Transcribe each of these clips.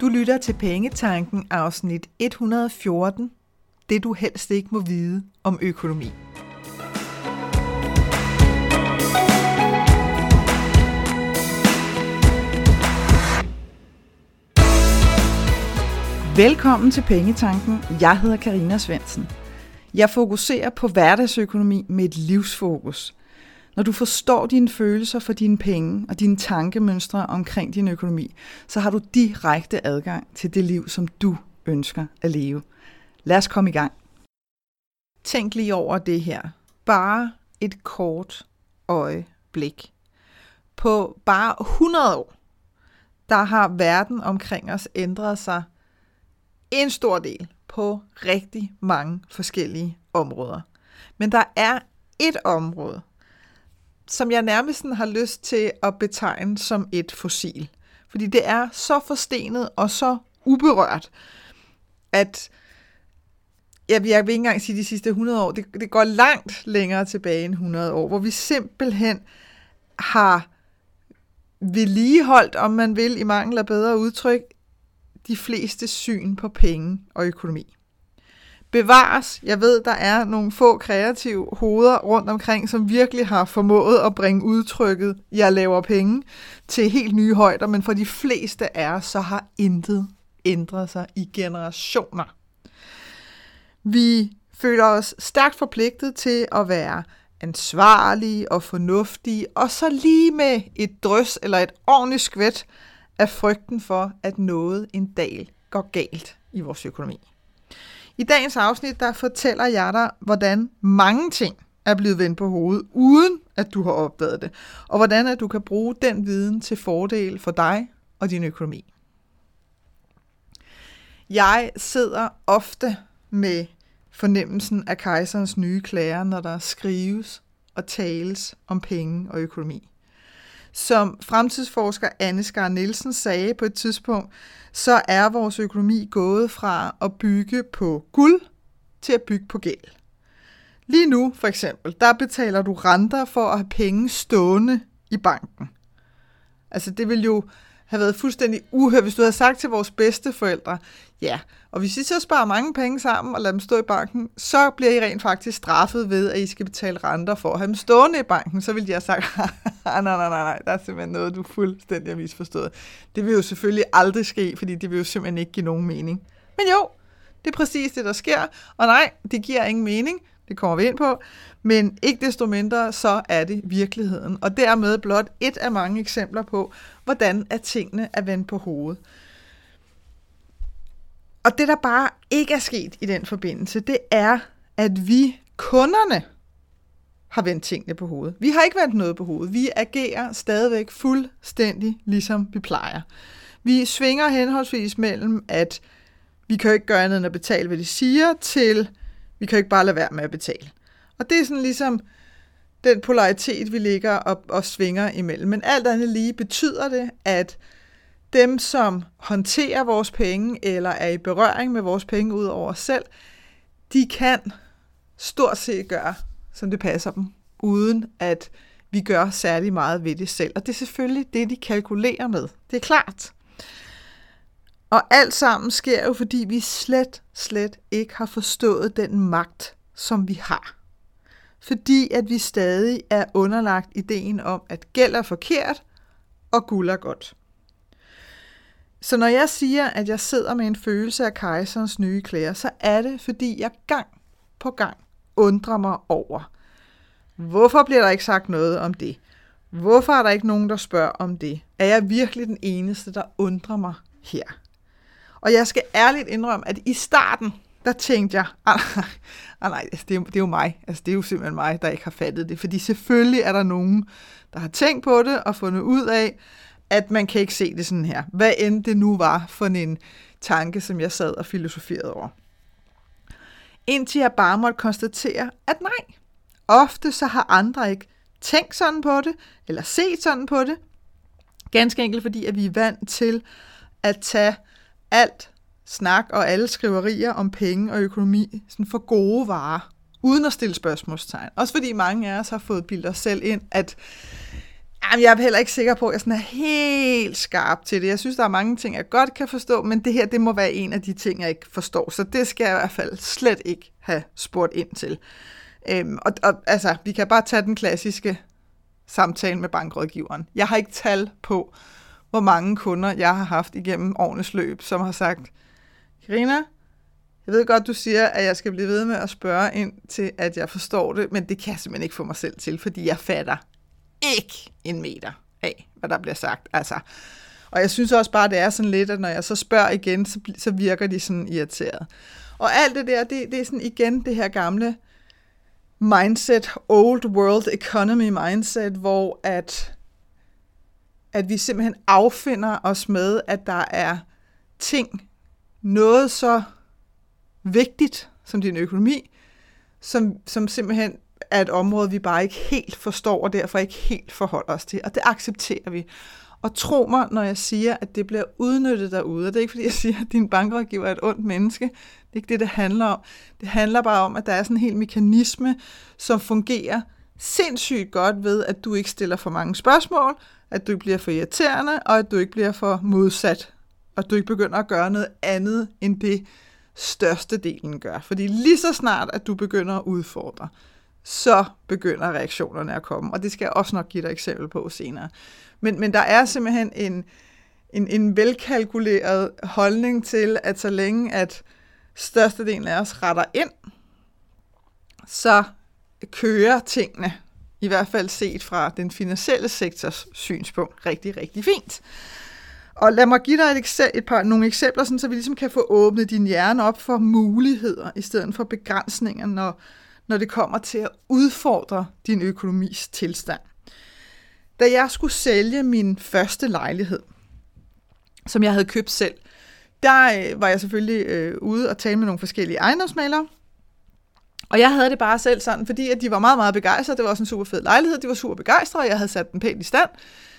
Du lytter til Pengetanken afsnit 114. Det du helst ikke må vide om økonomi. Velkommen til Pengetanken. Jeg hedder Karina Svendsen. Jeg fokuserer på hverdagsøkonomi med et livsfokus. Når du forstår dine følelser for dine penge og dine tankemønstre omkring din økonomi, så har du direkte adgang til det liv, som du ønsker at leve. Lad os komme i gang. Tænk lige over det her. Bare et kort øjeblik. På bare 100 år, der har verden omkring os ændret sig en stor del på rigtig mange forskellige områder. Men der er et område, som jeg nærmest har lyst til at betegne som et fossil. Fordi det er så forstenet og så uberørt, at jeg vil ikke engang sige de sidste 100 år, det går langt længere tilbage end 100 år, hvor vi simpelthen har vedligeholdt, om man vil, i mangel af bedre udtryk, de fleste syn på penge og økonomi. Bevares, jeg ved, der er nogle få kreative hoveder rundt omkring, som virkelig har formået at bringe udtrykket, jeg laver penge, til helt nye højder, men for de fleste af os, så har intet ændret sig i generationer. Vi føler os stærkt forpligtet til at være ansvarlige og fornuftige, og så lige med et drys eller et ordentligt skvæt af frygten for, at noget en dag går galt i vores økonomi. I dagens afsnit, der fortæller jeg dig, hvordan mange ting er blevet vendt på hovedet, uden at du har opdaget det, og hvordan at du kan bruge den viden til fordel for dig og din økonomi. Jeg sidder ofte med fornemmelsen af kejserens nye klæder, når der skrives og tales om penge og økonomi. Som fremtidsforsker Anne Skar Nielsen sagde på et tidspunkt, så er vores økonomi gået fra at bygge på guld til at bygge på gæld. Lige nu, for eksempel, der betaler du renter for at have penge stående i banken. Altså det vil jo have været fuldstændig uhørt, hvis du havde sagt til vores bedsteforældre, ja, og hvis I så sparer mange penge sammen og lader dem stå i banken, så bliver I rent faktisk straffet ved, at I skal betale renter for at have dem stående i banken. Så ville de have sagt, nej, der er simpelthen noget, du fuldstændig har misforstået. Det vil jo selvfølgelig aldrig ske, fordi det vil jo simpelthen ikke give nogen mening. Men jo, det er præcis det, der sker, og nej, det giver ingen mening. Det kommer vi ind på, men ikke desto mindre, så er det virkeligheden. Og dermed blot et af mange eksempler på, hvordan at tingene er vendt på hovedet. Og det, der bare ikke er sket i den forbindelse, det er, at vi, kunderne, har vendt tingene på hovedet. Vi har ikke vendt noget på hovedet. Vi agerer stadigvæk fuldstændig, ligesom vi plejer. Vi svinger henholdsvis mellem, at vi kan jo ikke gøre andet end at betale, hvad de siger, til vi kan jo ikke bare lade være med at betale. Og det er sådan ligesom den polaritet, vi ligger og svinger imellem. Men alt andet lige betyder det, at dem, som håndterer vores penge, eller er i berøring med vores penge ud over os selv, de kan stort set gøre, som det passer dem, uden at vi gør særlig meget ved det selv. Og det er selvfølgelig det, de kalkulerer med. Det er klart. Og alt sammen sker jo, fordi vi slet ikke har forstået den magt, som vi har. Fordi at vi stadig er underlagt ideen om, at gæld er forkert, og guld er godt. Så når jeg siger, at jeg sidder med en følelse af kejserens nye klæder, så er det, fordi jeg gang på gang undrer mig over, hvorfor bliver der ikke sagt noget om det? Hvorfor er der ikke nogen, der spørger om det? Er jeg virkelig den eneste, der undrer mig her? Og jeg skal ærligt indrømme, at i starten, der tænkte jeg, nej, det er jo mig. Altså, det er jo simpelthen mig, der ikke har fattet det. Fordi selvfølgelig er der nogen, der har tænkt på det og fundet ud af, at man kan ikke se det sådan her. Hvad end det nu var for en tanke, som jeg sad og filosoferede over. Indtil jeg bare måtte konstatere, at nej. Ofte så har andre ikke tænkt sådan på det, eller set sådan på det. Ganske enkelt fordi, at vi er vant til at tage alt snak og alle skriverier om penge og økonomi sådan for gode varer, uden at stille spørgsmålstegn. Også fordi mange af os har fået bildet os selv ind, at Jamen, jeg er heller ikke sikker på, at jeg sådan er helt skarp til det. Jeg synes, der er mange ting, jeg godt kan forstå, men det her, det må være en af de ting, jeg ikke forstår. Så det skal jeg i hvert fald slet ikke have spurgt ind til. Altså, vi kan bare tage den klassiske samtale med bankrådgiveren. Jeg har ikke tal på, hvor mange kunder jeg har haft igennem årenes løb, som har sagt, Karina, jeg ved godt, du siger, at jeg skal blive ved med at spørge ind til, at jeg forstår det, men det kan jeg simpelthen ikke få mig selv til, fordi jeg fatter ikke en meter af, hvad der bliver sagt. Altså. Og jeg synes også bare, det er sådan lidt, at når jeg så spørger igen, så virker de sådan irriteret. Og alt det der, det er sådan igen det her gamle mindset, old world economy mindset, hvor at vi simpelthen affinder os med, at der er ting, noget så vigtigt som din økonomi, som simpelthen er et område, vi bare ikke helt forstår, og derfor ikke helt forholder os til. Og det accepterer vi. Og tro mig, når jeg siger, at det bliver udnyttet derude. Og det er ikke, fordi jeg siger, at din bankrådgiver er et ondt menneske. Det er ikke det, det handler om. Det handler bare om, at der er sådan en hel mekanisme, som fungerer sindssygt godt ved, at du ikke stiller for mange spørgsmål, at du ikke bliver for irriterende, og at du ikke bliver for modsat. Og at du ikke begynder at gøre noget andet, end det størstedelen gør. Fordi lige så snart, at du begynder at udfordre, så begynder reaktionerne at komme. Og det skal jeg også nok give dig eksempel på senere. Men der er simpelthen en velkalkuleret holdning til, at så længe at størstedelen af os retter ind, så kører tingene, i hvert fald set fra den finansielle sektors synspunkt, rigtig, rigtig fint. Og lad mig give dig nogle eksempler, sådan, så vi ligesom kan få åbnet din hjerne op for muligheder, i stedet for begrænsninger, når det kommer til at udfordre din økonomis tilstand. Da jeg skulle sælge min første lejlighed, som jeg havde købt selv, der var jeg selvfølgelig ude og tale med nogle forskellige ejendomsmæglere. Og jeg havde det bare selv sådan, fordi at de var meget, meget begejstrede. Det var også en super fed lejlighed. De var super begejstrede, og jeg havde sat den pænt i stand.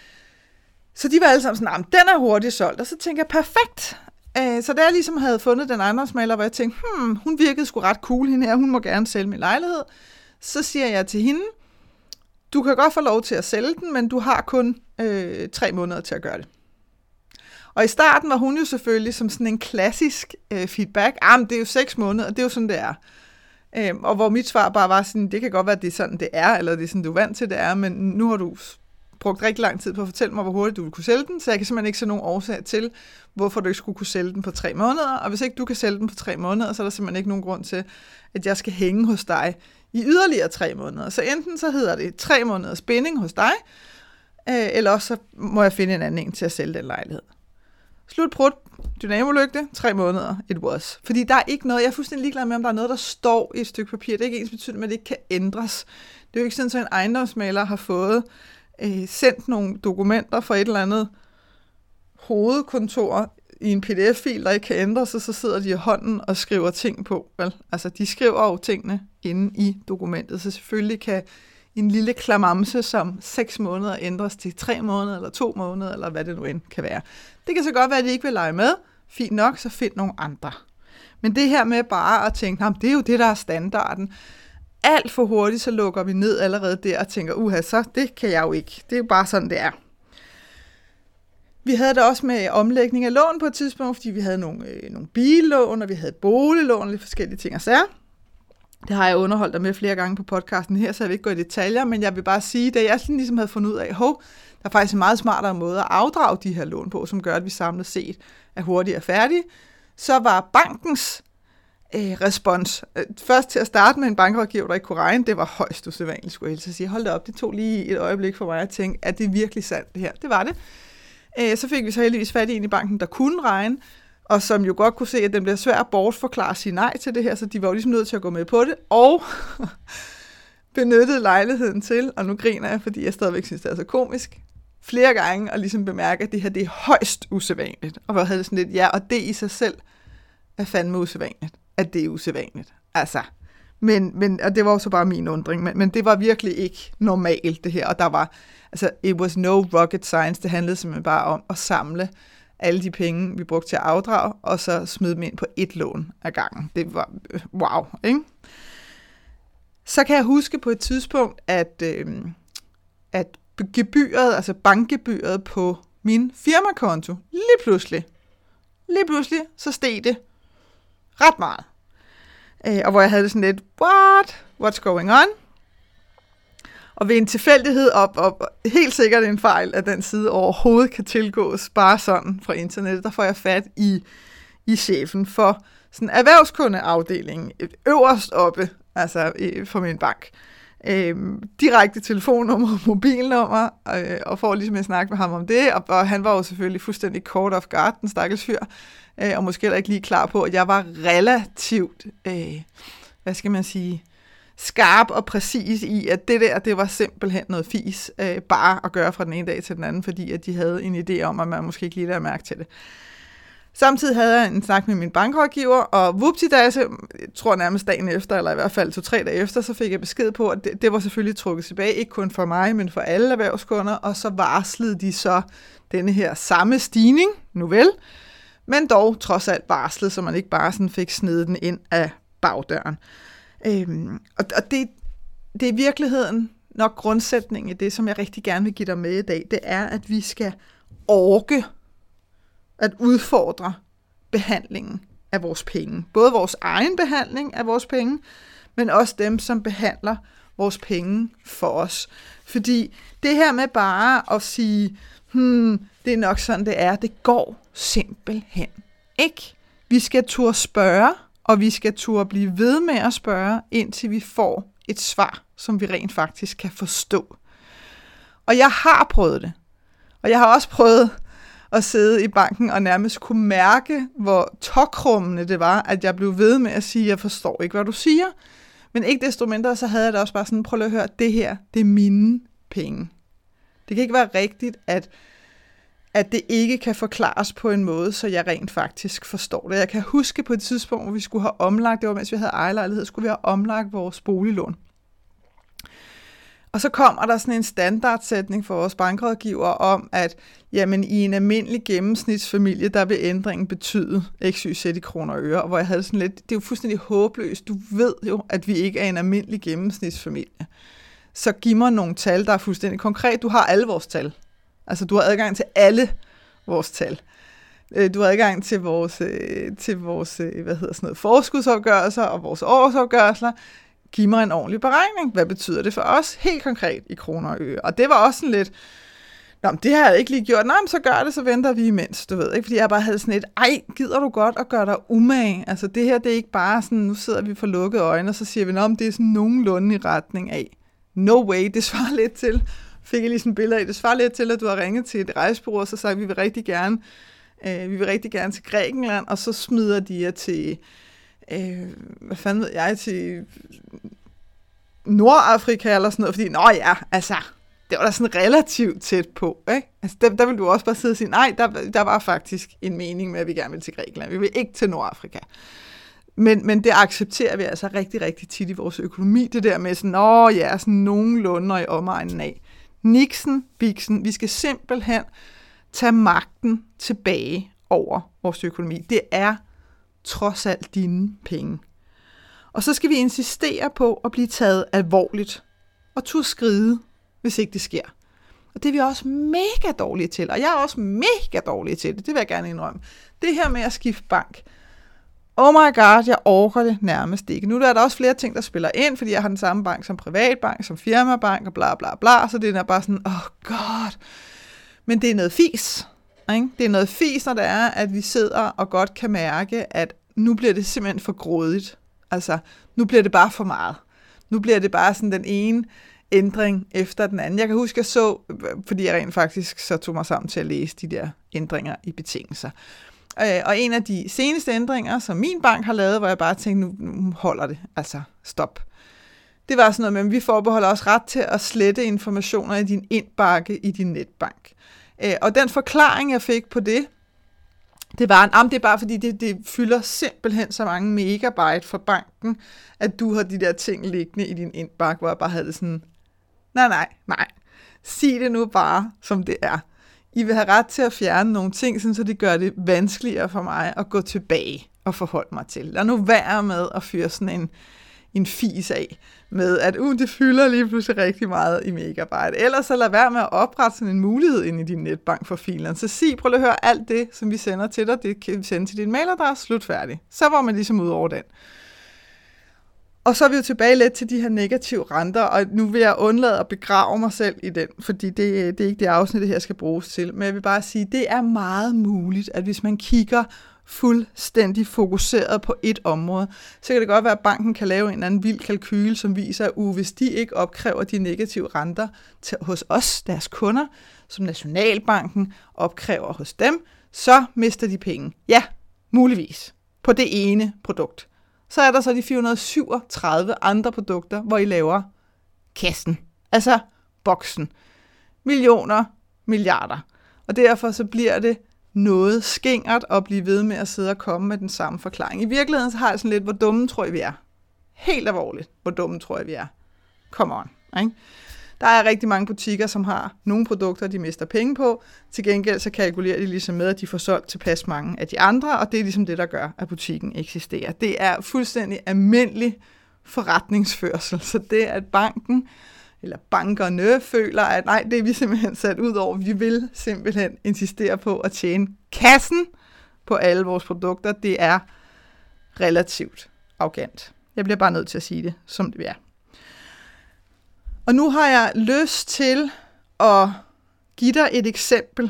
Så de var alle sammen sådan, den er hurtigt solgt. Og så tænkte jeg, perfekt. Så da jeg ligesom havde fundet den ejendomsmægler, hvor jeg tænkte, hun virkede sgu ret cool hende her. Hun må gerne sælge min lejlighed. Så siger jeg til hende, du kan godt få lov til at sælge den, men du har kun 3 måneder til at gøre det. Og i starten var hun jo selvfølgelig som sådan en klassisk feedback. Men det er jo 6 måneder, og det er jo sådan, det er. Og hvor mit svar bare var sådan, det kan godt være, at det er sådan, det er, eller det er sådan, du er vant til, det er, men nu har du brugt rigtig lang tid på at fortælle mig, hvor hurtigt du vil kunne sælge den, så jeg kan simpelthen ikke se nogen årsag til, hvorfor du ikke skulle kunne sælge den på 3 måneder. Og hvis ikke du kan sælge den på 3 måneder, så er der simpelthen ikke nogen grund til, at jeg skal hænge hos dig i yderligere 3 måneder. Så enten så hedder det 3 måneders binding hos dig, eller også så må jeg finde en anden til at sælge den lejlighed. Slut prut, dynamolygte, 3 måneder, it was. Fordi der er ikke noget, jeg er fuldstændig ligeglad med, om der er noget, der står i et stykke papir. Det er ikke ens betydende, men det ikke kan ændres. Det er jo ikke sådan, at en ejendomsmægler har fået sendt nogle dokumenter fra et eller andet hovedkontor i en pdf-fil, der ikke kan ændres, så sidder de i hånden og skriver ting på. Vel? Altså, de skriver jo tingene inde i dokumentet, så selvfølgelig kan en lille klamamse som 6 måneder ændres til 3 måneder, eller 2 måneder, eller hvad det nu end kan være. Det kan så godt være, at de ikke vil lege med. Fint nok, så find nogle andre. Men det her med bare at tænke, det er jo det, der er standarden. Alt for hurtigt, så lukker vi ned allerede der og tænker, så det kan jeg jo ikke. Det er jo bare sådan, det er. Vi havde det også med omlægning af lån på et tidspunkt, fordi vi havde nogle billån, og vi havde boliglån, lidt forskellige ting og sager. Det har jeg underholdt dig med flere gange på podcasten her, så jeg vil ikke gå i detaljer, men jeg vil bare sige, da jeg ligesom havde fundet ud af, der er faktisk en meget smartere måde at afdrage de her lån på, som gør, at vi samlet set er hurtigt og færdige, så var bankens respons. Først til at starte med en bankrådgiver, der ikke kunne regne, det var højst usædvanligt, skulle jeg sige. Hold da op, det tog lige et øjeblik for mig at tænke, at det er virkelig sandt det her. Det var det. Så fik vi så heldigvis fat i en i banken, der kunne regne, og som jo godt kunne se, at den bliver svært at bortforklare og sige nej til det her, så de var jo ligesom nødt til at gå med på det, og benyttede lejligheden til, og nu griner jeg, fordi jeg stadigvæk synes, det er så komisk, flere gange og ligesom bemærke, at det her det er højst usædvanligt. Og hvor havde det sådan lidt, ja, og det i sig selv er fandme usædvanligt, at det er usædvanligt. Altså, men og det var jo så bare min undring, men det var virkelig ikke normalt det her, og der var, altså, it was no rocket science, det handlede simpelthen bare om at samle alle de penge, vi brugte til at afdrage, og så smide dem ind på et lån ad gangen. Det var wow, ikke? Så kan jeg huske på et tidspunkt, at gebyret, altså bankgebyret på min firmakonto, lige pludselig, så steg det ret meget. Og hvor jeg havde det sådan lidt, what's going on? Og ved en tilfældighed og helt sikkert en fejl, at den side overhovedet kan tilgås bare sådan fra internettet, der får jeg fat i chefen for sådan erhvervskundeafdelingen, øverst oppe, altså for min bank. Direkte telefonnummer og mobilnummer, og får ligesom en snak med ham om det, og han var jo selvfølgelig fuldstændig caught off guard, den stakkels fyr, og måske heller ikke lige klar på, at jeg var relativt, skarp og præcis i, at det var simpelthen noget fis, bare at gøre fra den ene dag til den anden, fordi at de havde en idé om, at man måske ikke lige lader mærke til det. Samtidig havde jeg en snak med min bankrådgiver, og vuptidasse, jeg tror nærmest dagen efter, eller i hvert fald 2-3 dage efter, så fik jeg besked på, at det var selvfølgelig trukket tilbage, ikke kun for mig, men for alle erhvervskunder, og så varslede de så denne her samme stigning, nu vel, men dog trods alt varslet, så man ikke bare sådan fik snedet den ind af bagdøren. Og det er i virkeligheden nok grundsætningen i det, som jeg rigtig gerne vil give dig med i dag, det er, at vi skal orke at udfordre behandlingen af vores penge. Både vores egen behandling af vores penge, men også dem, som behandler vores penge for os. Fordi det her med bare at sige, det er nok sådan, det er, det går simpelthen ikke. Vi skal turde spørge, og vi skal turde blive ved med at spørge, indtil vi får et svar, som vi rent faktisk kan forstå. Og jeg har prøvet det. Og jeg har også prøvet at sidde i banken og nærmest kunne mærke, hvor tokrummende det var, at jeg blev ved med at sige, jeg forstår ikke, hvad du siger. Men ikke desto mindre, så havde jeg det også bare sådan, prøv lige at høre, det her, det er mine penge. Det kan ikke være rigtigt, at det ikke kan forklares på en måde, så jeg rent faktisk forstår det. Jeg kan huske på et tidspunkt, hvor vi skulle have omlagt, det var mens vi havde ejerlejlighed, skulle vi have omlagt vores boliglån. Og så kommer der sådan en standardsætning for vores bankrådgiver om, at jamen, i en almindelig gennemsnitsfamilie, der vil ændringen betyde XYZ i kroner og øre. Og hvor jeg havde sådan lidt, det er jo fuldstændig håbløst. Du ved jo, at vi ikke er en almindelig gennemsnitsfamilie. Så giv mig nogle tal, der er fuldstændig konkret. Du har alle vores tal. Altså, du har adgang til alle vores tal. Du har adgang til vores forskudsopgørelser og vores årsopgørelser. Giv mig en ordentlig beregning. Hvad betyder det for os? Helt konkret i kroner og øre. Og det var også sådan lidt, det har jeg ikke lige gjort. Nej, men så gør det, så venter vi imens, du ved. Ikke? Fordi jeg bare havde sådan et, gider du godt at gøre dig umage? Altså det her, det er ikke bare sådan, nu sidder vi for lukkede øjne, og så siger vi, det er sådan nogenlunde i retning af. No way, det svarer lidt til, fik jeg lige sådan billeder af, det svarer lidt til, at du har ringet til et rejsebureau, og så sagde vi vil rigtig gerne til Grækenland, og så smider de jer til til Nordafrika eller sådan noget, fordi, det var da sådan relativt tæt på, ikke? Altså, der vil du også bare sidde og sige, nej, der var faktisk en mening med, at vi gerne vil til Grækenland. Vi vil ikke til Nordafrika. Men det accepterer vi altså rigtig, rigtig tit i vores økonomi, det der med sådan, sådan nogenlunde i omegnen af. Niksen, biksen, vi skal simpelthen tage magten tilbage over vores økonomi. Det er trods alt dine penge. Og så skal vi insistere på at blive taget alvorligt og turde skride, hvis ikke det sker. Og det er vi også mega dårlige til, og jeg er også mega dårlig til det vil jeg gerne indrømme. Det her med at skifte bank. Oh my god, jeg orker det nærmest ikke. Nu er der også flere ting, der spiller ind, fordi jeg har den samme bank som privatbank, som firmabank og bla bla bla, så det er bare sådan, god. Men det er noget fis. Ikke? Det er noget fis, når det er, at vi sidder og godt kan mærke, at nu bliver det simpelthen for grådigt. Altså, nu bliver det bare for meget. Nu bliver det bare sådan den ene ændring efter den anden. Jeg kan huske, jeg så, fordi jeg rent faktisk så tog mig sammen til at læse de der ændringer i betingelser. Og en af de seneste ændringer, som min bank har lavet, hvor jeg bare tænkte, nu holder det. Altså, stop. Det var sådan noget med, at vi forbeholder os ret til at slette informationer i din indbakke i din netbank. Og den forklaring, jeg fik på det, det var, det er bare fordi, det fylder simpelthen så mange megabyte for banken, at du har de der ting liggende i din indbakke, hvor jeg bare havde det sådan, nej. Sig det nu bare, som det er. I vil have ret til at fjerne nogle ting, så det gør det vanskeligere for mig at gå tilbage og forholde mig til. Lad nu være med at fyre sådan en fis af med, at det fylder lige pludselig rigtig meget i Megabyte. Ellers så lad være med at oprette sådan en mulighed ind i din netbank for filerne. Så sig, prøv at høre, alt det, som vi sender til dig, det kan vi sende til din mailadresse, slut færdig. Så var man ligesom ud over den. Og så er vi jo tilbage lidt til de her negative renter, og nu vil jeg undlade at begrave mig selv i den, fordi det er ikke det afsnit, det her skal bruges til. Men jeg vil bare sige, det er meget muligt, at hvis man kigger fuldstændig fokuseret på et område, så kan det godt være, at banken kan lave en eller anden vild kalkyle, som viser, at hvis de ikke opkræver de negative renter hos os, deres kunder, som Nationalbanken opkræver hos dem, så mister de penge. Ja, muligvis. På det ene produkt. Så er der så de 437 andre produkter, hvor I laver kassen. Altså boksen. Millioner, milliarder. Og derfor så bliver det noget skingert at blive ved med at sidde og komme med den samme forklaring. I virkeligheden så har jeg sådan lidt, hvor dumme tror I vi er? Helt alvorligt, hvor dumme tror jeg vi er? Come on, ikke? Der er rigtig mange butikker, som har nogle produkter, de mister penge på. Til gengæld så kalkulerer de ligesom med, at de får solgt tilpas mange af de andre, og det er ligesom det, der gør, at butikken eksisterer. Det er fuldstændig almindelig forretningsførsel, så det at banken eller bankerne føler, at nej, det er vi simpelthen sat ud over. Vi vil simpelthen insistere på at tjene kassen på alle vores produkter. Det er relativt arrogant. Jeg bliver bare nødt til at sige det, som det er. Og nu har jeg lyst til at give dig et eksempel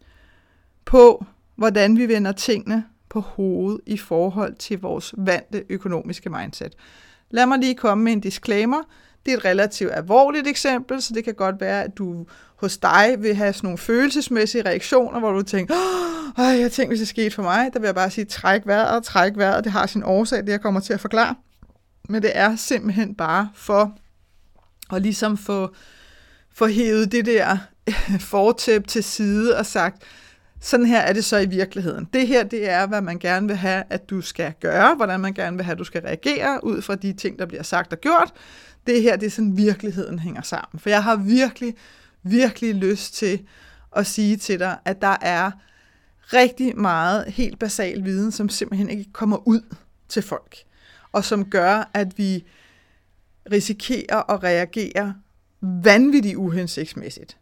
på, hvordan vi vender tingene på hovedet i forhold til vores vante økonomiske mindset. Lad mig lige komme med en disclaimer. Det er et relativt alvorligt eksempel, så det kan godt være, at du hos dig vil have sådan nogle følelsesmæssige reaktioner, hvor du tænker, jeg tænker, hvis det skete for mig, der vil jeg bare sige, træk vejret, det har sin årsag, det jeg kommer til at forklare. Men det er simpelthen bare for at ligesom få hævet det der fortæppe til side og sagt, sådan her er det så i virkeligheden. Det her, det er, hvad man gerne vil have, at du skal gøre, hvordan man gerne vil have, at du skal reagere ud fra de ting, der bliver sagt og gjort. Det her, det er sådan, virkeligheden hænger sammen. For jeg har virkelig, virkelig lyst til at sige til dig, at der er rigtig meget helt basal viden, som simpelthen ikke kommer ud til folk, og som gør, at vi risikerer at reagere vanvittigt uhensigtsmæssigt.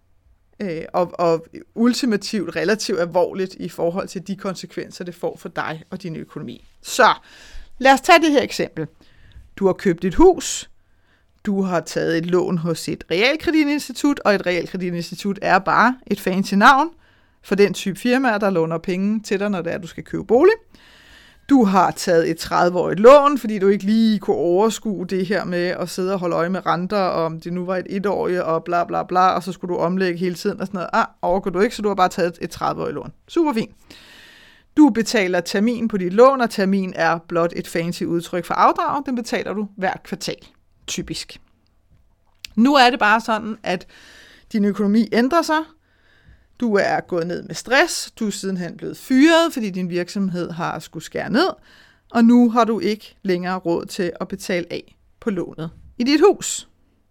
Og ultimativt relativt alvorligt i forhold til de konsekvenser, det får for dig og din økonomi. Så lad os tage det her eksempel. Du har købt et hus, du har taget et lån hos et realkreditinstitut, og et realkreditinstitut er bare et fancy navn for den type firmaer, der låner penge til dig, når det er, du skal købe bolig. Du har taget et 30-årigt lån, fordi du ikke lige kunne overskue det her med at sidde og holde øje med renter, og om det nu var et 1-årigt og bla bla bla, og så skulle du omlægge hele tiden og sådan noget. Overgår du ikke, så du har bare taget et 30-årigt lån. Super fint. Du betaler termin på dit lån, og termin er blot et fancy udtryk for afdrag. Den betaler du hvert kvartal, typisk. Nu er det bare sådan, at din økonomi ændrer sig. Du er gået ned med stress, du er sidenhen blevet fyret, fordi din virksomhed har skulle skære ned, og nu har du ikke længere råd til at betale af på lånet i dit hus.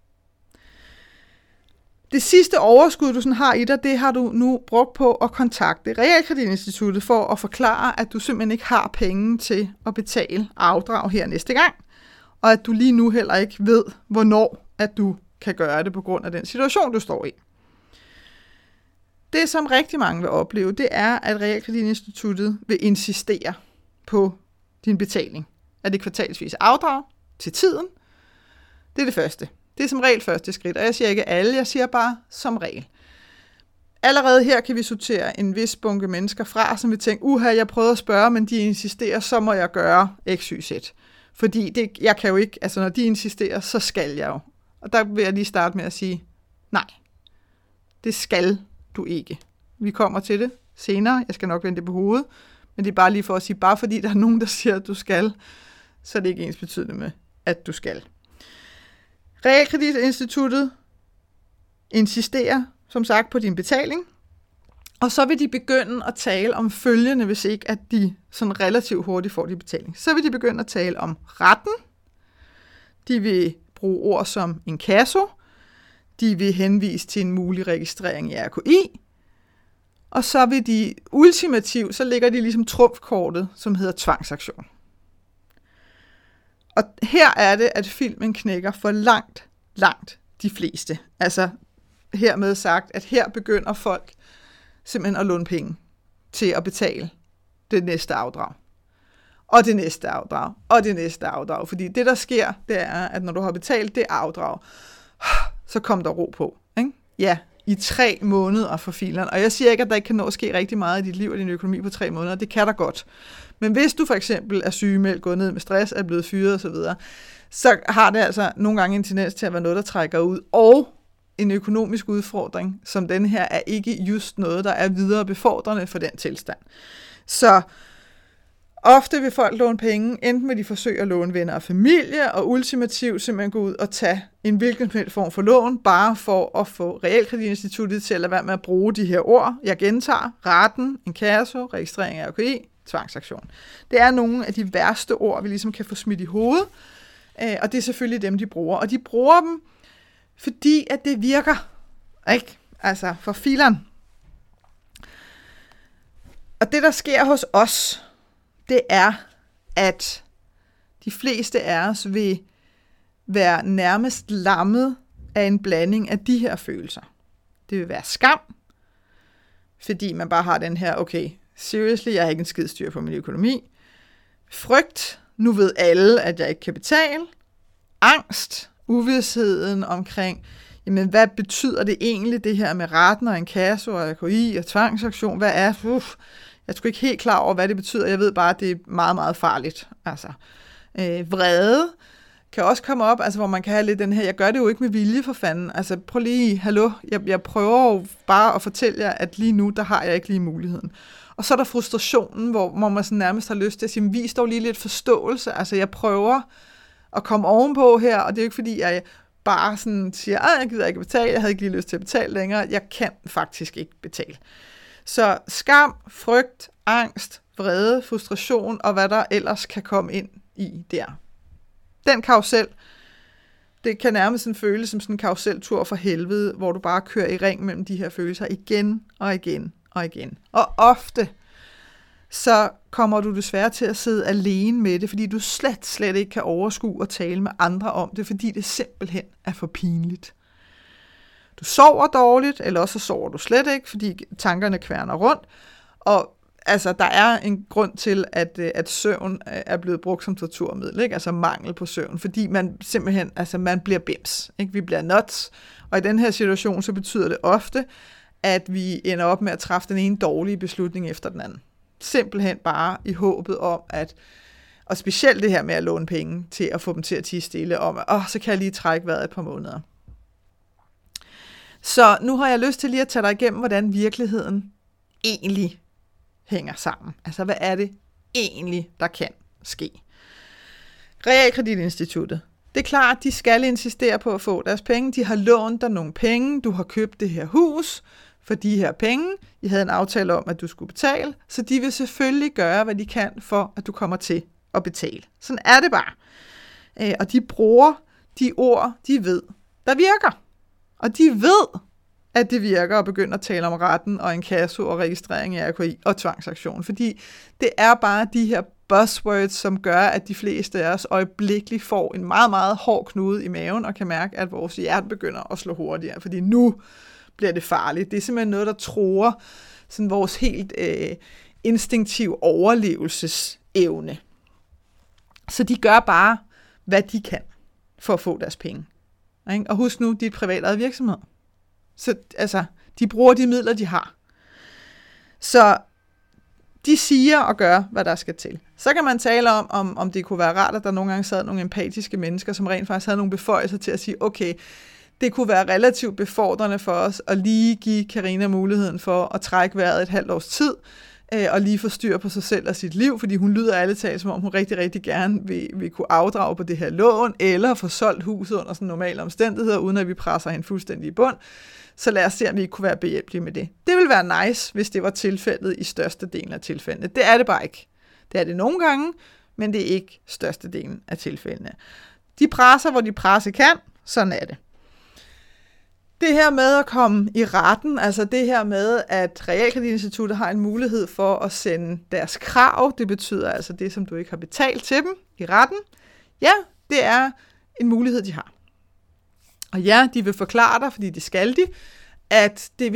Det sidste overskud, du sådan har i dig, det har du nu brugt på at kontakte Realkreditinstituttet for at forklare, at du simpelthen ikke har penge til at betale afdrag her næste gang, og at du lige nu heller ikke ved, hvornår at du kan gøre det på grund af den situation, du står i. Det, som rigtig mange vil opleve, det er, at Realkreditinstituttet vil insistere på din betaling af det kvartalsvise afdrag til tiden. Det er det første. Det er som regel første skridt, og jeg siger ikke alle, jeg siger bare som regel. Allerede her kan vi sortere en vis bunke mennesker fra, som vil tænke, jeg prøvede at spørge, men de insisterer, så må jeg gøre x, y, z. Fordi jeg kan jo ikke, altså når de insisterer, så skal jeg jo. Og der vil jeg lige starte med at sige, nej, det skal du ikke. Vi kommer til det senere, jeg skal nok vende det på hovedet, men det er bare lige for at sige, bare fordi der er nogen, der siger, at du skal, så er det ikke ens betydende med, at du skal. Realkreditinstituttet insisterer, som sagt, på din betaling, og så vil de begynde at tale om følgende, hvis ikke at de sådan relativt hurtigt får din betaling. Så vil de begynde at tale om retten, de vil bruge ord som inkasso, de vil henvise til en mulig registrering i RKI, og så vil de ultimativt, så lægger de ligesom trumfkortet, som hedder tvangsaktion. Og her er det, at filmen knækker for langt de fleste. Altså hermed sagt, at her begynder folk simpelthen at låne penge til at betale det næste afdrag. Og det næste afdrag. Og det næste afdrag. Fordi det, der sker, det er, at når du har betalt det afdrag, så kommer der ro på. Ikke? Ja, i 3 måneder for fileren. Og jeg siger ikke, at der ikke kan nå at ske rigtig meget i dit liv og din økonomi på 3 måneder. Det kan der godt. Men hvis du for eksempel er sygemeldt, gået ned med stress, er blevet fyret osv., så har det altså nogle gange en tendens til at være noget, der trækker ud. Og en økonomisk udfordring som den her er ikke just noget, der er videre befordrende for den tilstand. Så ofte vil folk låne penge, enten med de forsøger at låne venner og familie, og ultimativt simpelthen gå ud og tage en hvilken form for lån, bare for at få realkreditinstituttet til at lade være med at bruge de her ord. Jeg gentager: raten, inkasso, registrering af AKI, tvangsaktion. Det er nogle af de værste ord, vi ligesom kan få smidt i hovedet, og det er selvfølgelig dem, de bruger. Og de bruger dem, fordi at det virker, ikke? Altså for fileren. Og det, der sker hos os, det er, at de fleste af os vil være nærmest lammet af en blanding af de her følelser. Det vil være skam, fordi man bare har den her, okay, seriously, jeg har ikke en skid styr på min økonomi. Frygt, nu ved alle, at jeg ikke kan betale. Angst, uvidsheden omkring, jamen hvad betyder det egentlig, det her med raten og inkasso og AKI og tvangsaktion, hvad er, jeg er sgu ikke helt klar over, hvad det betyder, jeg ved bare, at det er meget, meget farligt. Altså, vrede kan også komme op, altså hvor man kan have lidt den her, jeg gør det jo ikke med vilje for fanden, altså prøv lige, hallo, jeg prøver jo bare at fortælle jer, at lige nu, der har jeg ikke lige muligheden. Og så er der frustrationen, hvor man sådan nærmest har lyst til at sige, vis dog lige lidt forståelse, altså jeg prøver at komme ovenpå her, og det er jo ikke fordi, jeg bare sådan siger, jeg gider ikke betale, jeg havde ikke lige lyst til at betale længere, jeg kan faktisk ikke betale. Så skam, frygt, angst, vrede, frustration og hvad der ellers kan komme ind i der. Den karusel, det kan nærmest føles som sådan en karuseltur for helvede, hvor du bare kører i ring mellem de her følelser igen og igen og igen. Og ofte så kommer du desværre til at sidde alene med det, fordi du slet ikke kan overskue og tale med andre om det, fordi det simpelthen er for pinligt. Du sover dårligt, eller også så sover du slet ikke, fordi tankerne kværner rundt. Og altså, der er en grund til, at søvn er blevet brugt som torturmiddel, ikke? Altså mangel på søvn, fordi man simpelthen, altså man bliver bims, ikke? Vi bliver nuts, og i den her situation, så betyder det ofte, at vi ender op med at træffe den ene dårlige beslutning efter den anden. Simpelthen bare i håbet om, at, og specielt det her med at låne penge til at få dem til at tie stille om, så kan jeg lige trække vejret et par måneder. Så nu har jeg lyst til lige at tage dig igennem, hvordan virkeligheden egentlig hænger sammen. Altså, hvad er det egentlig, der kan ske? Realkreditinstituttet. Det er klart, de skal insistere på at få deres penge. De har lånt dig nogle penge. Du har købt det her hus for de her penge. I havde en aftale om, at du skulle betale. Så de vil selvfølgelig gøre, hvad de kan for, at du kommer til at betale. Sådan er det bare. Og de bruger de ord, de ved, der virker. Og de ved, at det virker at begynde at tale om retten og inkasso og registrering af AKI og tvangsaktion. Fordi det er bare de her buzzwords, som gør, at de fleste af os øjeblikkeligt får en meget, meget hård knude i maven og kan mærke, at vores hjerte begynder at slå hurtigere. Fordi nu bliver det farligt. Det er simpelthen noget, der truer sådan vores helt instinktive overlevelsesevne. Så de gør bare, hvad de kan for at få deres penge. Og husk nu, de er et privatejet virksomhed. Så altså, de bruger de midler, de har. Så de siger og gør, hvad der skal til. Så kan man tale om det kunne være rart, at der nogle gange sad nogle empatiske mennesker, som rent faktisk havde nogle beføjelser til at sige, okay, det kunne være relativt befordrende for os at lige give Karina muligheden for at trække vejret et halvt års tid, og lige få styr på sig selv og sit liv, fordi hun lyder alle talt, som om hun rigtig, rigtig gerne vil kunne afdrage på det her lån, eller få solgt huset under sådan normale omstændigheder, uden at vi presser hende fuldstændig i bund. Så lad os se, om vi ikke kunne være behjælpelige med det. Det ville være nice, hvis det var tilfældet i størstedelen af tilfældene. Det er det bare ikke. Det er det nogle gange, men det er ikke størstedelen af tilfældene. De presser, hvor de presse kan, sådan er det. Det her med at komme i retten, altså det her med, at Realkreditinstituttet har en mulighed for at sende deres krav, det betyder altså det, som du ikke har betalt til dem i retten, Ja, det er en mulighed, de har. Og ja, de vil forklare dig, fordi det skal de, at det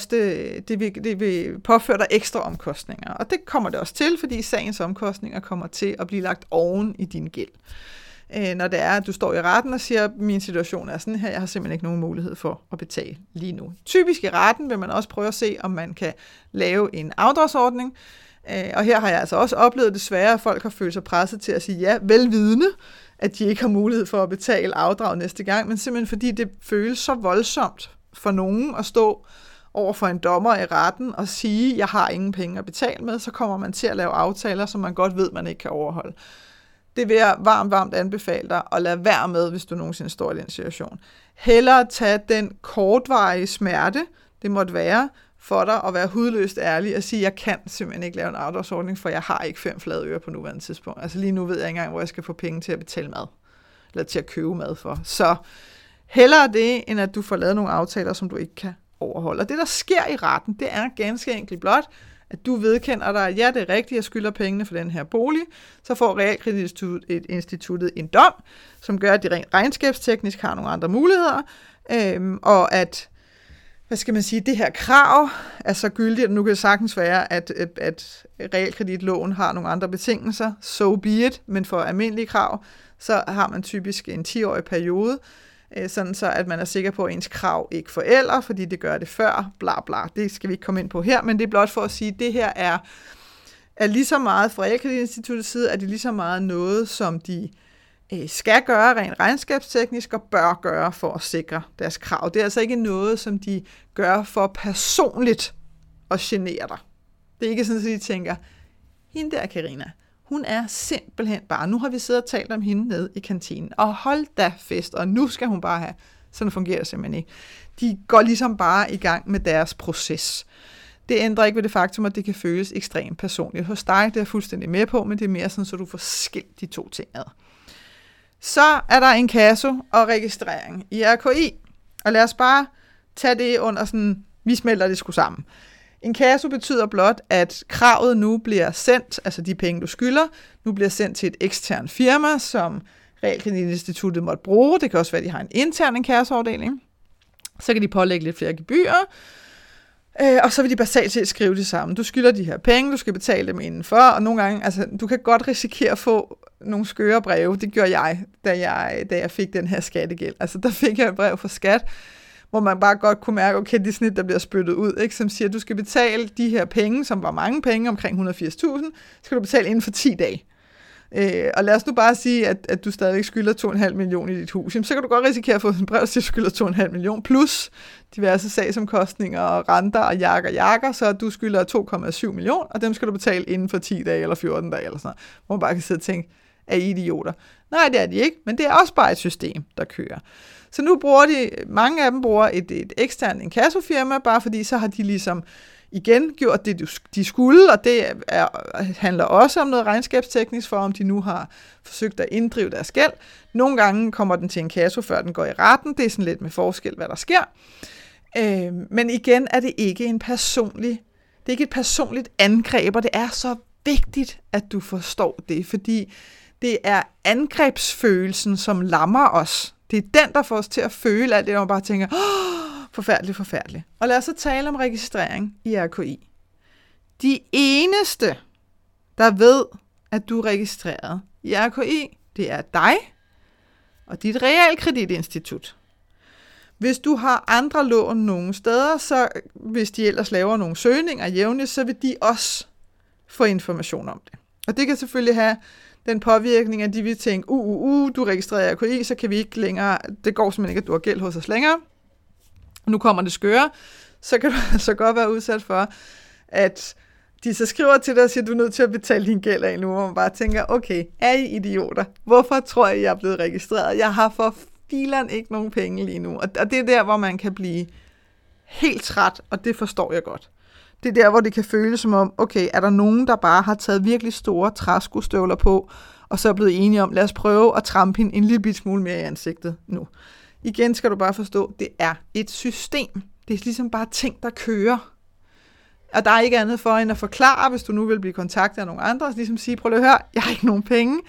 vil påføre dig ekstra omkostninger. Og det kommer det også til, fordi sagens omkostninger kommer til at blive lagt oven i din gæld. Når det er, at du står i retten og siger, min situation er sådan her, jeg har simpelthen ikke nogen mulighed for at betale lige nu. Typisk i retten vil man også prøve at se, om man kan lave en afdragsordning. Og her har jeg altså også oplevet desværre, at folk har følt sig presset til at sige ja, velvidende, at de ikke har mulighed for at betale afdrag næste gang, men simpelthen fordi det føles så voldsomt for nogen at stå over for en dommer i retten og sige, jeg har ingen penge at betale med, så kommer man til at lave aftaler, som man godt ved, man ikke kan overholde. Det vil jeg varmt anbefale dig at lade være med, hvis du nogensinde står i den situation. Hellere tage den kortvarige smerte, det måtte være, for dig at være hudløst ærlig og sige, jeg kan simpelthen ikke lave en afdragsordning, for jeg har ikke 5 flade øre på nuværende tidspunkt. Altså lige nu ved jeg ikke engang, hvor jeg skal få penge til at betale mad, eller til at købe mad for. Så hellere det, end at du får lavet nogle aftaler, som du ikke kan overholde. Og det, der sker i retten, det er ganske enkelt blot, at du vedkender dig, at ja, det er rigtigt, jeg skylder pengene for den her bolig, så får Realkreditinstituttet en dom, som gør, at de rent regnskabsteknisk har nogle andre muligheder, og at det her krav er så gyldigt, at nu kan det sagtens være, at realkreditlån har nogle andre betingelser, so be it, men for almindelige krav, så har man typisk en 10-årig periode, sådan så at man er sikker på, at ens krav ikke forælder, fordi det gør det før, bla bla. Det skal vi ikke komme ind på her, men det er blot for at sige, at det her er lige så meget fra Realkreditinstituttets side, at det er lige så meget noget, som de skal gøre rent regnskabsteknisk og bør gøre for at sikre deres krav. Det er altså ikke noget, som de gør for personligt at genere dig. Det er ikke sådan, at de tænker, hende der Karina, hun er simpelthen bare, nu har vi siddet og talt om hende nede i kantinen, og hold da fest, og nu skal hun bare have, sådan fungerer det simpelthen ikke. De går ligesom bare i gang med deres proces. Det ændrer ikke ved det faktum, at det kan føles ekstremt personligt hos dig, det er jeg fuldstændig med på, men det er mere sådan, så du får skilt de to ting ad. Så er der inkasso og registrering i RKI, og lad os bare tage det under sådan, vi smelter det sgu sammen. Inkasso betyder blot, at kravet nu bliver sendt, altså de penge, du skylder, nu bliver sendt til et eksternt firma, som Realkreditinstituttet måtte bruge. Det kan også være, at de har en intern inkassoafdeling. Så kan de pålægge lidt flere gebyrer, og så vil de basalt set skrive det samme. Du skylder de her penge, du skal betale dem indenfor, og nogle gange, altså du kan godt risikere at få nogle skøre breve. Det gjorde jeg, da jeg fik den her skattegæld. Altså der fik jeg et brev fra skat, hvor man bare godt kunne mærke, okay, det snit, der bliver spyttet ud, ikke? Som siger, at du skal betale de her penge, som var mange penge, omkring 180.000, skal du betale inden for 10 dage. Og lad os nu bare sige, at du stadigvæk skylder 2,5 millioner i dit hus. Jamen, så kan du godt risikere at få en brev, der skylder 2,5 millioner, plus diverse sagsomkostninger og renter og jakker, så du skylder 2,7 millioner, og dem skal du betale inden for 10 dage eller 14 dage, eller sådan noget, hvor man bare kan sidde og tænke, er I idioter? Nej, det er de ikke, men det er også bare et system, der kører. Så nu mange af dem bruger et eksternt inkassofirma, bare fordi så har de ligesom igen gjort det, de skulle, og det handler også om noget regnskabsteknisk for, om de nu har forsøgt at inddrive deres gæld. Nogle gange kommer den til inkasso, før den går i retten. Det er sådan lidt med forskel, hvad der sker. Men igen er det ikke et personligt angreb, og det er så vigtigt, at du forstår det, fordi det er angrebsfølelsen, som lammer os. Det er den, der får os til at føle alt det, når man bare tænker, forfærdeligt. Og lad os så tale om registrering i RKI. De eneste, der ved, at du er registreret i RKI, det er dig og dit realkreditinstitut. Hvis du har andre lån nogle steder, så hvis de ellers laver nogle søgninger jævnligt, så vil de også få information om det. Og det kan selvfølgelig have den påvirkning, at de vil tænke, du er registreret i RKI, så kan vi ikke længere, det går simpelthen ikke, at du har gæld hos os længere. Nu kommer det skøre, så kan du altså godt være udsat for, at de så skriver til dig og siger, at du er nødt til at betale din gæld af nu, hvor man bare tænker, okay, er I idioter? Hvorfor tror jeg er blevet registreret? Jeg har for filan ikke nogen penge lige nu. Og det er der, hvor man kan blive helt træt, og det forstår jeg godt. Det er der, hvor det kan føles som om, okay, er der nogen, der bare har taget virkelig store træskostøvler på, og så er blevet enige om, lad os prøve at trampe hende en lille smule mere i ansigtet nu. Igen skal du bare forstå, det er et system. Det er ligesom bare ting, der kører. Og der er ikke andet for end at forklare, hvis du nu vil blive kontaktet af nogle andre, og ligesom sige, prøv at høre, jeg har ikke nogen penge.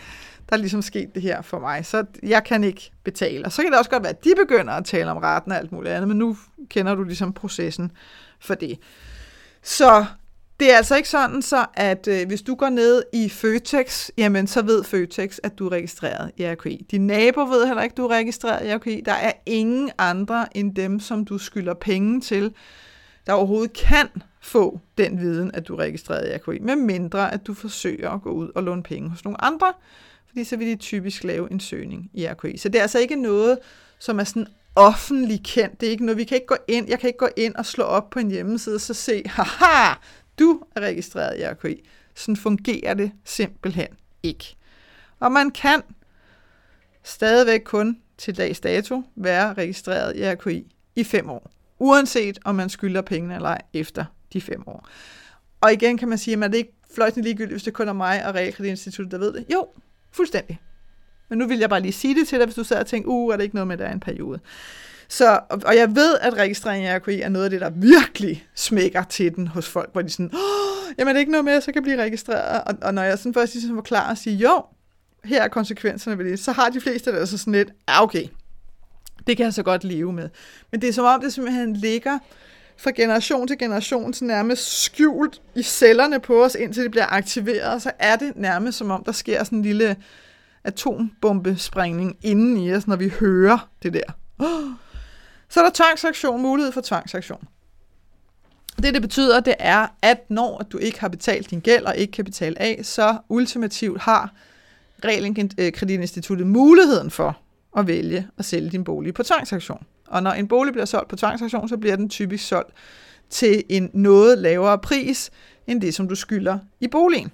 der er ligesom sket det her for mig, så jeg kan ikke betale. Og så kan det også godt være, at de begynder at tale om retten og alt muligt andet, men nu kender du ligesom processen for det. Så det er altså ikke sådan, så at hvis du går ned i Føtex, jamen så ved Føtex, at du er registreret i RKI. Din nabo ved heller ikke, at du er registreret i RKI. Der er ingen andre end dem, som du skylder penge til, der overhovedet kan få den viden, at du er registreret i RKI, med mindre at du forsøger at gå ud og låne penge hos nogle andre, fordi så vil de typisk lave en søgning i RKI. Så det er altså ikke noget, som er sådan offentlig kendt. Det er ikke noget, jeg kan ikke gå ind og slå op på en hjemmeside og så se, haha, du er registreret i RKI. Sådan fungerer det simpelthen ikke. Og man kan stadigvæk kun til dags dato være registreret i RKI i 5 år. Uanset om man skylder pengene eller ej efter de 5 år. Og igen kan man sige, at det ikke fløjtende ligegyldigt, hvis det kun er mig og Realkreditinstituttet, der ved det. Jo, fuldstændig. Men nu vil jeg bare lige sige det til dig, hvis du sad og tænkte, er det ikke noget med, at der er en periode. Så, og jeg ved, at registrering i RKI er noget af det, der virkelig smækker til den hos folk, hvor de sådan, jamen er det ikke noget med, at jeg så kan blive registreret? Og når jeg sådan først ligesom forklarer og siger, jo, her er konsekvenserne ved det, så har de fleste der så sådan lidt, okay, det kan jeg så godt leve med. Men det er som om, det simpelthen ligger fra generation til generation, så nærmest skjult i cellerne på os, indtil det bliver aktiveret, så er det nærmest som om, der sker sådan en lille atombombesprængning inden i os, når vi hører det der. Så er der tvangsaktion, mulighed for tvangsaktion. Det betyder, det er, at når du ikke har betalt din gæld og ikke kan betale af, så ultimativt har Realkreditinstituttet muligheden for at vælge at sælge din bolig på tvangsaktion. Og når en bolig bliver solgt på tvangsaktion, så bliver den typisk solgt til en noget lavere pris, end det, som du skylder i boligen.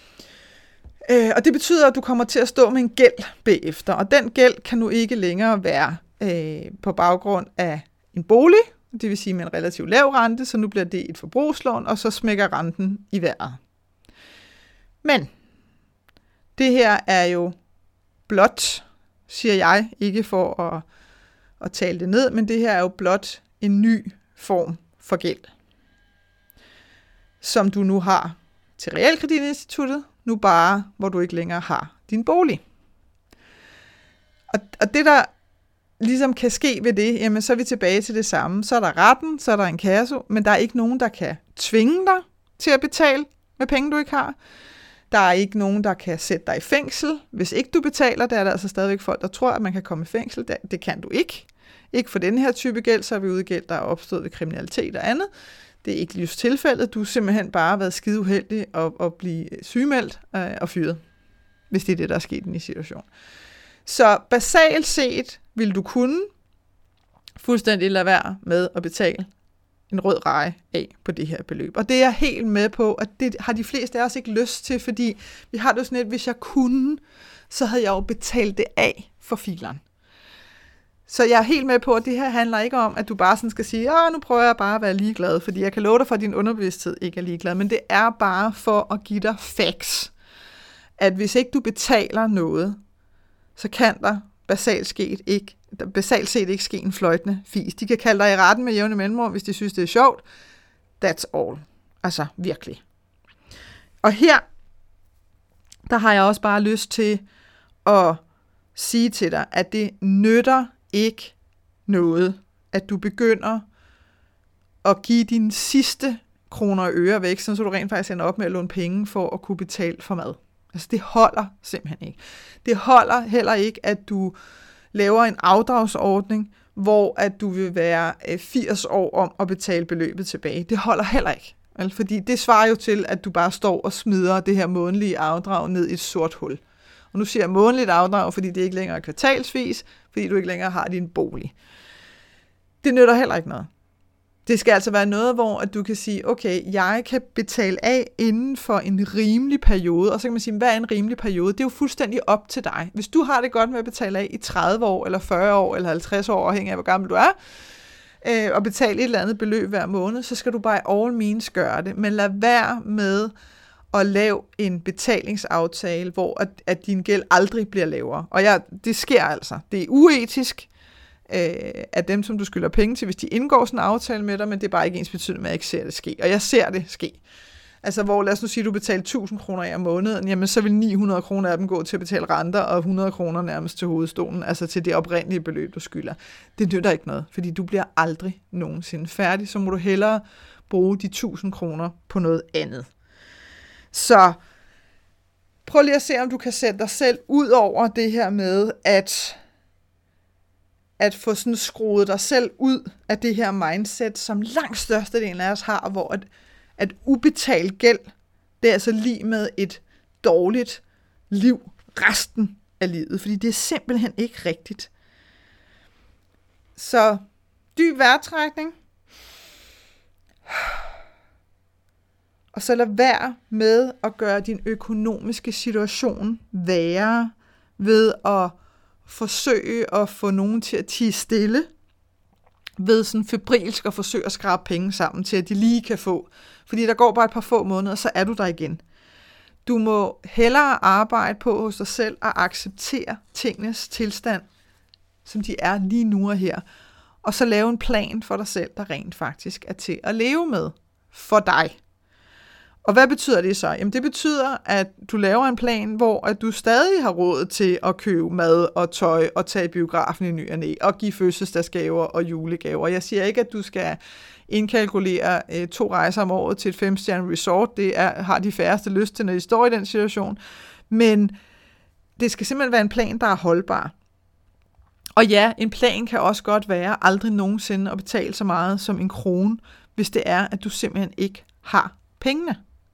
Og det betyder, at du kommer til at stå med en gæld bagefter, og den gæld kan nu ikke længere være på baggrund af en bolig, det vil sige med en relativt lav rente, så nu bliver det et forbrugslån, og så smækker renten i vejret. Men det her er jo blot, siger jeg, ikke for at tale det ned, men det her er jo blot en ny form for gæld, som du nu har til Realkreditinstituttet, nu bare, hvor du ikke længere har din bolig. Og det, der ligesom kan ske ved det, jamen så er vi tilbage til det samme. Så er der retten, så er der en kasso, men der er ikke nogen, der kan tvinge dig til at betale med penge, du ikke har. Der er ikke nogen, der kan sætte dig i fængsel. Hvis ikke du betaler, der er der altså stadigvæk folk, der tror, at man kan komme i fængsel. Det kan du ikke. Ikke for denne her type gæld, så er vi ude i gæld, der er opstået ved kriminalitet og andet. Det er ikke just tilfældet. Du har simpelthen bare været skide uheldig at blive sygemeldt og fyret, hvis det er det, der er sket i den situation. Så basalt set vil du kunne fuldstændig lade være med at betale en rød reje af på det her beløb. Og det er jeg helt med på, at det har de fleste af os ikke lyst til, fordi vi har det sådan lidt, hvis jeg kunne, så havde jeg jo betalt det af for fileren. Så jeg er helt med på, at det her handler ikke om, at du bare sådan skal sige, nu prøver jeg bare at være ligeglad, fordi jeg kan love dig for, at din underbevidsthed ikke er ligeglad, men det er bare for at give dig facts, at hvis ikke du betaler noget, så kan der basalt set ikke ske en fløjtende fis. De kan kalde dig i retten med jævne mellemrum, hvis de synes, det er sjovt. That's all. Altså, virkelig. Og her, der har jeg også bare lyst til at sige til dig, at det nytter ikke noget, at du begynder at give dine sidste kroner og øre væk, så du rent faktisk ender op med at låne penge for at kunne betale for mad. Altså, det holder simpelthen ikke. Det holder heller ikke, at du laver en afdragsordning, hvor at du vil være 80 år om at betale beløbet tilbage. Det holder heller ikke. Fordi det svarer jo til, at du bare står og smider det her månedlige afdrag ned i et sort hul. Og nu siger jeg månedligt afdrag, fordi det ikke længere er kvartalsvis, fordi du ikke længere har din bolig. Det nytter heller ikke noget. Det skal altså være noget, hvor at du kan sige, okay, jeg kan betale af inden for en rimelig periode, og så kan man sige, hvad er en rimelig periode? Det er jo fuldstændig op til dig. Hvis du har det godt med at betale af i 30 år, eller 40 år, eller 50 år, afhængig af, hvor gammel du er, og betale et eller andet beløb hver måned, så skal du bare all means gøre det. Men lad være med at lave en betalingsaftale, hvor at din gæld aldrig bliver lavere. Og det sker altså. Det er uetisk af dem, som du skylder penge til, hvis de indgår sådan en aftale med dig, men det er bare ikke ens betydende med, at jeg ikke ser det ske. Og jeg ser det ske. Altså, hvor lad os nu sige, at du betaler 1.000 kroner af om måneden, jamen så vil 900 kroner af dem gå til at betale renter, og 100 kroner nærmest til hovedstolen, altså til det oprindelige beløb, du skylder. Det nytter ikke noget, fordi du bliver aldrig nogensinde færdig, så må du hellere bruge de 1.000 kroner på noget andet. Så prøv lige at se, om du kan sætte dig selv ud over det her med, at få sådan skruet dig selv ud af det her mindset, som langt størstedelen af os har, hvor at ubetalt gæld, det er altså lige med et dårligt liv resten af livet, fordi det er simpelthen ikke rigtigt. Så dyb vejrtrækning, og så lad være med at gøre din økonomiske situation værre ved at forsøge at få nogen til at tie stille, ved sådan febrilsk at forsøge at skrabe penge sammen til, at de lige kan få. Fordi der går bare et par få måneder, så er du der igen. Du må hellere arbejde på hos dig selv og acceptere tingenes tilstand, som de er lige nu og her. Og så lave en plan for dig selv, der rent faktisk er til at leve med for dig. Og hvad betyder det så? Jamen det betyder, at du laver en plan, hvor at du stadig har råd til at købe mad og tøj og tage i biografen i ny og næ og give fødselsdagsgaver og julegaver. Jeg siger ikke, at du skal indkalkulere 2 rejser om året til et 5-stjernet resort. Det har de færreste lyst til, når de står i den situation. Men det skal simpelthen være en plan, der er holdbar. Og ja, en plan kan også godt være aldrig nogensinde at betale så meget som 1 krone, hvis det er, at du simpelthen ikke har pengene.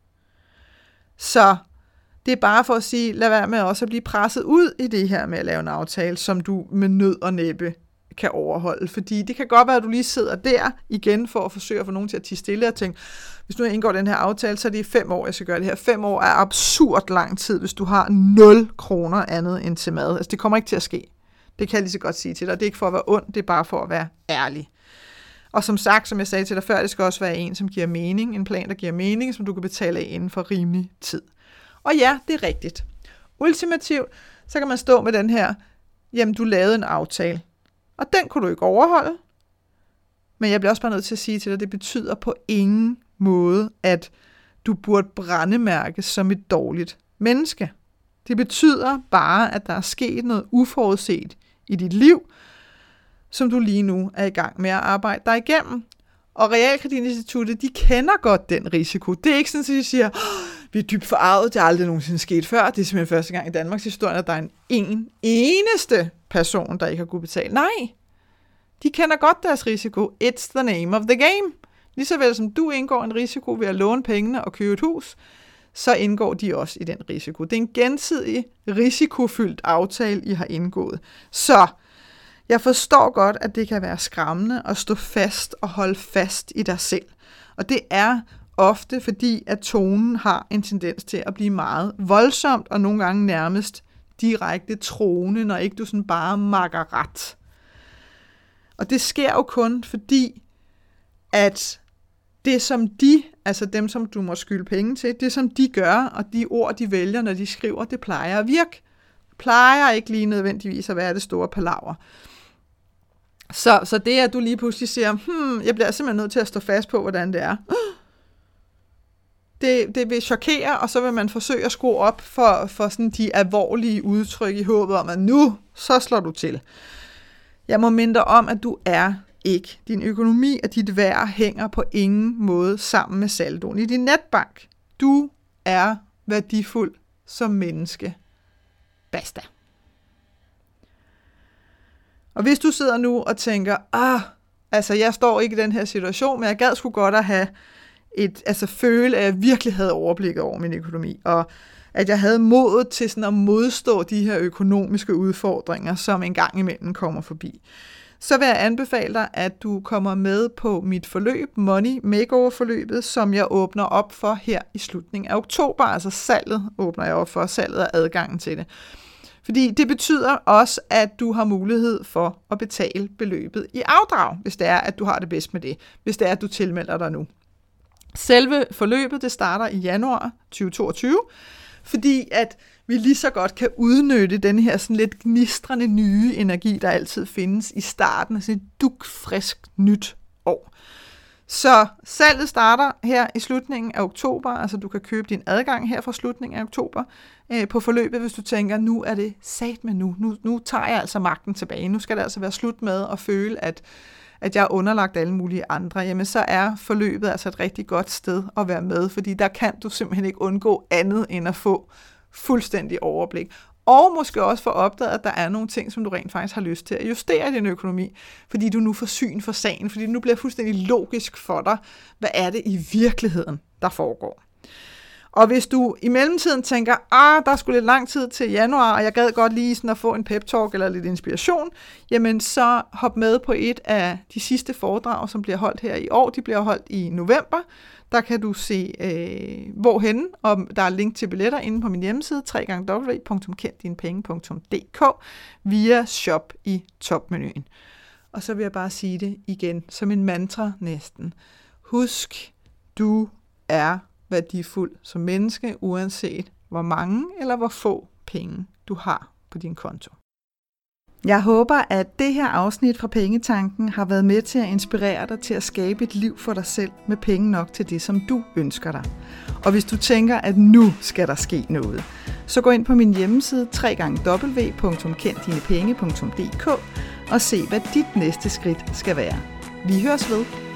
Så det er bare for at sige, lad være med også at blive presset ud i det her med at lave en aftale, som du med nød og næppe kan overholde. Fordi det kan godt være, at du lige sidder der igen for at forsøge at få nogen til at tie stille og tænke, hvis nu jeg indgår den her aftale, så er det i 5 år, jeg skal gøre det her. 5 år er absurd lang tid, hvis du har 0 kroner andet end til mad. Altså det kommer ikke til at ske. Det kan jeg lige så godt sige til dig. Det er ikke for at være ond, det er bare for at være ærlig. Og som sagt, som jeg sagde til dig før, det skal også være en, som giver mening. En plan, der giver mening, som du kan betale af inden for rimelig tid. Og ja, det er rigtigt. Ultimativt, så kan man stå med den her, jamen du lavede en aftale. Og den kunne du ikke overholde. Men jeg bliver også bare nødt til at sige til dig, det betyder på ingen måde, at du burde brændemærkes som et dårligt menneske. Det betyder bare, at der er sket noget uforudset i dit liv, som du lige nu er i gang med at arbejde dig igennem. Og Realkreditinstituttet, de kender godt den risiko. Det er ikke sådan, at de siger, vi er dybt forarvet, det er aldrig nogensinde sket før. Det er simpelthen første gang i Danmarks historie, at der er en eneste person, der ikke har kunnet betale. Nej, de kender godt deres risiko. It's the name of the game. Ligeså vel som du indgår en risiko ved at låne pengene og købe et hus, så indgår de også i den risiko. Det er en gensidig risikofyldt aftale, I har indgået. Så jeg forstår godt, at det kan være skræmmende at stå fast og holde fast i dig selv. Og det er ofte fordi, at tonen har en tendens til at blive meget voldsomt, og nogle gange nærmest direkte troende, når ikke du sådan bare makker ret. Og det sker jo kun fordi, at det som de, altså dem som du må skylde penge til, det som de gør, og de ord de vælger, når de skriver, det plejer at virke. Det plejer ikke lige nødvendigvis at være det store palaver. Så det, at du lige pludselig siger, jeg bliver simpelthen nødt til at stå fast på, hvordan det er, det vil chokere, og så vil man forsøge at skrue op for sådan de alvorlige udtryk i håbet om, at nu, så slår du til. Jeg må minde dig om, at du er ikke. Din økonomi og dit værd hænger på ingen måde sammen med saldoen i din netbank. Du er værdifuld som menneske. Basta. Og hvis du sidder nu og tænker, jeg står ikke i den her situation, men jeg gad sgu godt at have føle, at jeg virkelig havde overblikket over min økonomi, og at jeg havde modet til sådan at modstå de her økonomiske udfordringer, som en gang imellem kommer forbi. Så vil jeg anbefale dig, at du kommer med på mit forløb, Money Makeover-forløbet, som jeg åbner op for her i slutningen af oktober. Altså salget åbner jeg op for, salget er adgangen til det. Fordi det betyder også, at du har mulighed for at betale beløbet i afdrag, hvis det er, at du har det bedst med det, hvis det er, at du tilmelder dig nu. Selve forløbet, det starter i januar 2022, fordi at vi lige så godt kan udnytte den her sådan lidt gnistrende nye energi, der altid findes i starten af sådan et dugfrisk nyt år. Så salget starter her i slutningen af oktober, altså du kan købe din adgang her fra slutningen af oktober på forløbet, hvis du tænker, nu er det satme nu tager jeg altså magten tilbage, nu skal det altså være slut med at føle, at jeg er underlagt alle mulige andre, jamen så er forløbet altså et rigtig godt sted at være med, fordi der kan du simpelthen ikke undgå andet end at få fuldstændig overblik. Og måske også få opdaget, at der er nogle ting, som du rent faktisk har lyst til at justere i din økonomi, fordi du nu får syn for sagen, fordi det nu bliver fuldstændig logisk for dig, hvad er det i virkeligheden, der foregår. Og hvis du i mellemtiden tænker, der er sgu lidt lang tid til januar, og jeg gad godt lige sådan at få en pep-talk eller lidt inspiration, jamen så hop med på et af de sidste foredrag, som bliver holdt her i år. De bliver holdt i november. Der kan du se, hvorhenne, og der er link til billetter inde på min hjemmeside, www.kenddinepenge.dk via shop i topmenuen. Og så vil jeg bare sige det igen, som en mantra næsten. Husk, du er værdifuld som menneske, uanset hvor mange eller hvor få penge du har på din konto. Jeg håber, at det her afsnit fra Pengetanken har været med til at inspirere dig til at skabe et liv for dig selv med penge nok til det, som du ønsker dig. Og hvis du tænker, at nu skal der ske noget, så gå ind på min hjemmeside www.kenddinepenge.dk og se, hvad dit næste skridt skal være. Vi høres ved.